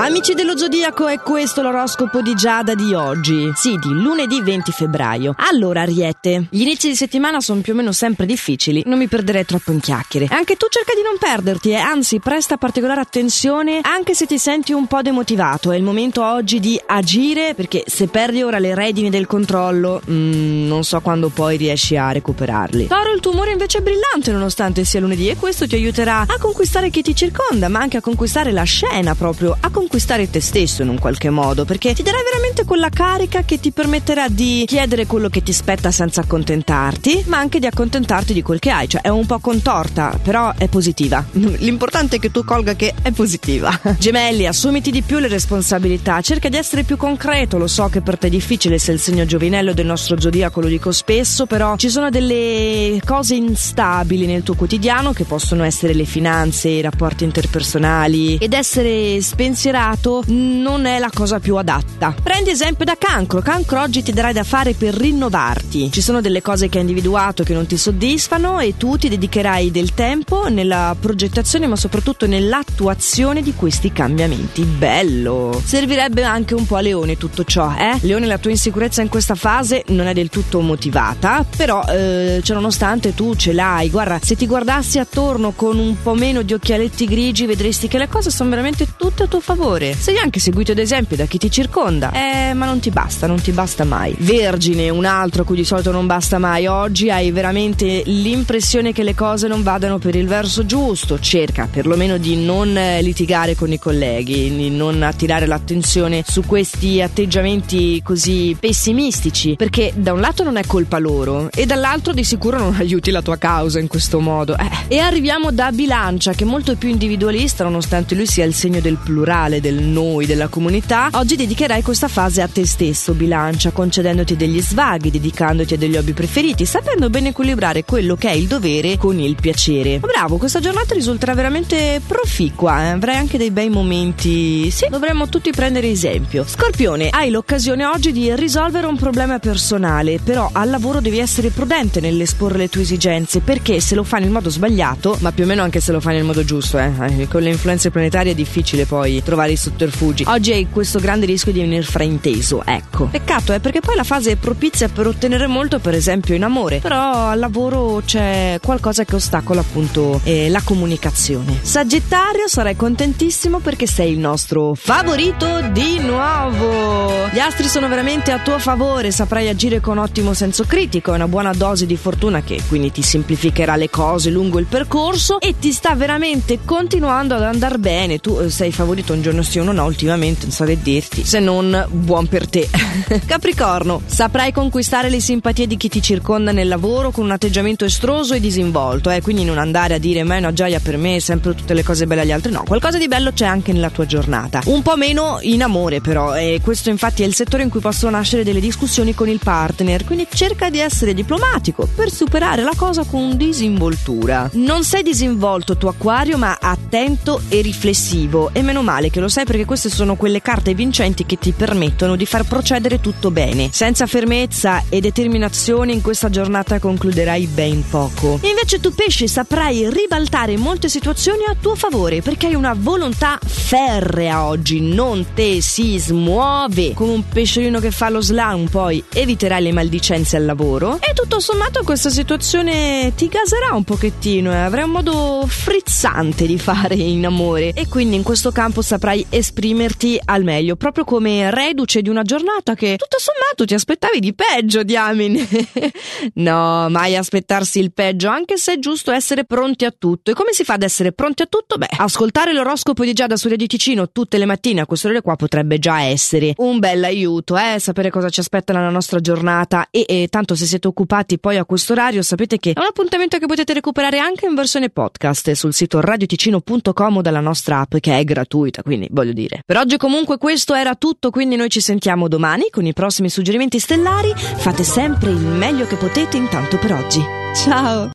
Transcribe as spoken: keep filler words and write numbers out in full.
Amici dello Zodiaco, è questo l'oroscopo di Giada di oggi. Sì, di lunedì venti febbraio. Allora, Ariete, gli inizi di settimana sono più o meno sempre difficili, non mi perderei troppo in chiacchiere. Anche tu cerca di non perderti, eh? Anzi, presta particolare attenzione anche se ti senti un po' demotivato. È il momento oggi di agire, perché se perdi ora le redini del controllo, mm, non so quando poi riesci a recuperarli. Toro, il tuo umore invece è brillante nonostante sia lunedì, e questo ti aiuterà a conquistare chi ti circonda, ma anche a conquistare la scena, proprio a conquistare te stesso in un qualche modo, perché ti darai veramente quella carica che ti permetterà di chiedere quello che ti spetta senza accontentarti, ma anche di accontentarti di quel che hai. Cioè è un po' contorta, però è positiva. L'importante è che tu colga che è positiva. Gemelli, assumiti di più le responsabilità, cerca di essere più concreto. Lo so che per te è difficile, sei il segno giovinello del nostro zodiaco, lo dico spesso, però ci sono delle cose instabili nel tuo quotidiano che possono essere le finanze, i rapporti interpersonali, ed essere spensierato non è la cosa più adatta. Prendi esempio da Cancro. Cancro, oggi ti darai da fare per rinnovarti. Ci sono delle cose che hai individuato che non ti soddisfano e tu ti dedicherai del tempo nella progettazione, ma soprattutto nell'attuazione di questi cambiamenti. Bello! Servirebbe anche un po' a Leone tutto ciò, eh? Leone, la tua insicurezza in questa fase non è del tutto motivata, però eh, ciononostante tu ce l'hai. Guarda, se ti guardassi attorno con un po' meno di occhialetti grigi, vedresti che le cose sono veramente tutte a tuo favore. Sei anche seguito ad esempio da chi ti circonda, eh, ma non ti basta, non ti basta mai. Vergine, un altro a cui di solito non basta mai. Oggi hai veramente l'impressione che le cose non vadano per il verso giusto. Cerca perlomeno di non litigare con i colleghi, di non attirare l'attenzione su questi atteggiamenti così pessimistici, perché da un lato non è colpa loro e dall'altro di sicuro non aiuti la tua causa in questo modo. Eh. E arriviamo da Bilancia, che è molto più individualista, nonostante lui sia il segno del plurale, del noi, della comunità. Oggi dedicherai questa fase a te stesso, Bilancia, concedendoti degli svaghi, dedicandoti a degli hobby preferiti, sapendo ben equilibrare quello che è il dovere con il piacere. Bravo, questa giornata risulterà veramente proficua, eh? Avrai anche dei bei momenti. Sì, dovremmo tutti prendere esempio. Scorpione, hai l'occasione oggi di risolvere un problema personale, però al lavoro devi essere prudente nell'esporre le tue esigenze, perché se lo fai nel modo sbagliato, ma più o meno anche se lo fai nel modo giusto, eh? Con le influenze planetarie è difficile poi trovare i sotterfugi. Oggi hai questo grande rischio di venire frainteso, ecco. Peccato, eh, perché poi la fase è propizia per ottenere molto, per esempio in amore, però al lavoro c'è qualcosa che ostacola appunto eh, la comunicazione. Sagittario, sarai contentissimo perché sei il nostro favorito di nuovo. Gli astri sono veramente a tuo favore, saprai agire con ottimo senso critico, è una buona dose di fortuna che quindi ti semplificherà le cose lungo il percorso e ti sta veramente continuando ad andare bene. Tu eh, sei favorito un giorno sì o no, ultimamente non so che dirti, se non buon per te. Capricorno, saprai conquistare le simpatie di chi ti circonda nel lavoro con un atteggiamento estroso e disinvolto, eh? Quindi non andare a dire ma è una gioia per me, sempre tutte le cose belle agli altri. No, qualcosa di bello c'è anche nella tua giornata. Un po' meno in amore però, e questo infatti è il settore in cui possono nascere delle discussioni con il partner, quindi cerca di essere diplomatico per superare la cosa con disinvoltura. Non sei disinvolto tu Acquario, ma attento e riflessivo, e meno male che lo sai, perché queste sono quelle carte vincenti che ti permettono di far procedere tutto bene. Senza fermezza e determinazione in questa giornata concluderai ben poco. E invece tu Pesce, saprai ribaltare molte situazioni a tuo favore, perché hai una volontà ferrea oggi, non te si smuove. Come un pesciolino che fa lo slalom, poi eviterai le maldicenze al lavoro e tutto sommato questa situazione ti gaserà un pochettino e avrai un modo frizzante di fare in amore, e quindi in questo campo saprai esprimerti al meglio, proprio come reduce di una giornata che tutto sommato ti aspettavi di peggio, diamine. No, mai aspettarsi il peggio, anche se è giusto essere pronti a tutto. E come si fa ad essere pronti a tutto? Beh, ascoltare l'oroscopo di Giada su Radio Ticino tutte le mattine a quest'ora qua potrebbe già essere un bel aiuto, eh, sapere cosa ci aspetta nella nostra giornata. E, e tanto se siete occupati poi a quest'orario, sapete che è un appuntamento che potete recuperare anche in versione podcast sul sito radioticino punto com o dalla nostra app, che è gratuita, quindi voglio dire. Per oggi comunque questo era tutto, quindi noi ci sentiamo domani con i prossimi suggerimenti stellari. Fate sempre il meglio che potete intanto per oggi. Ciao!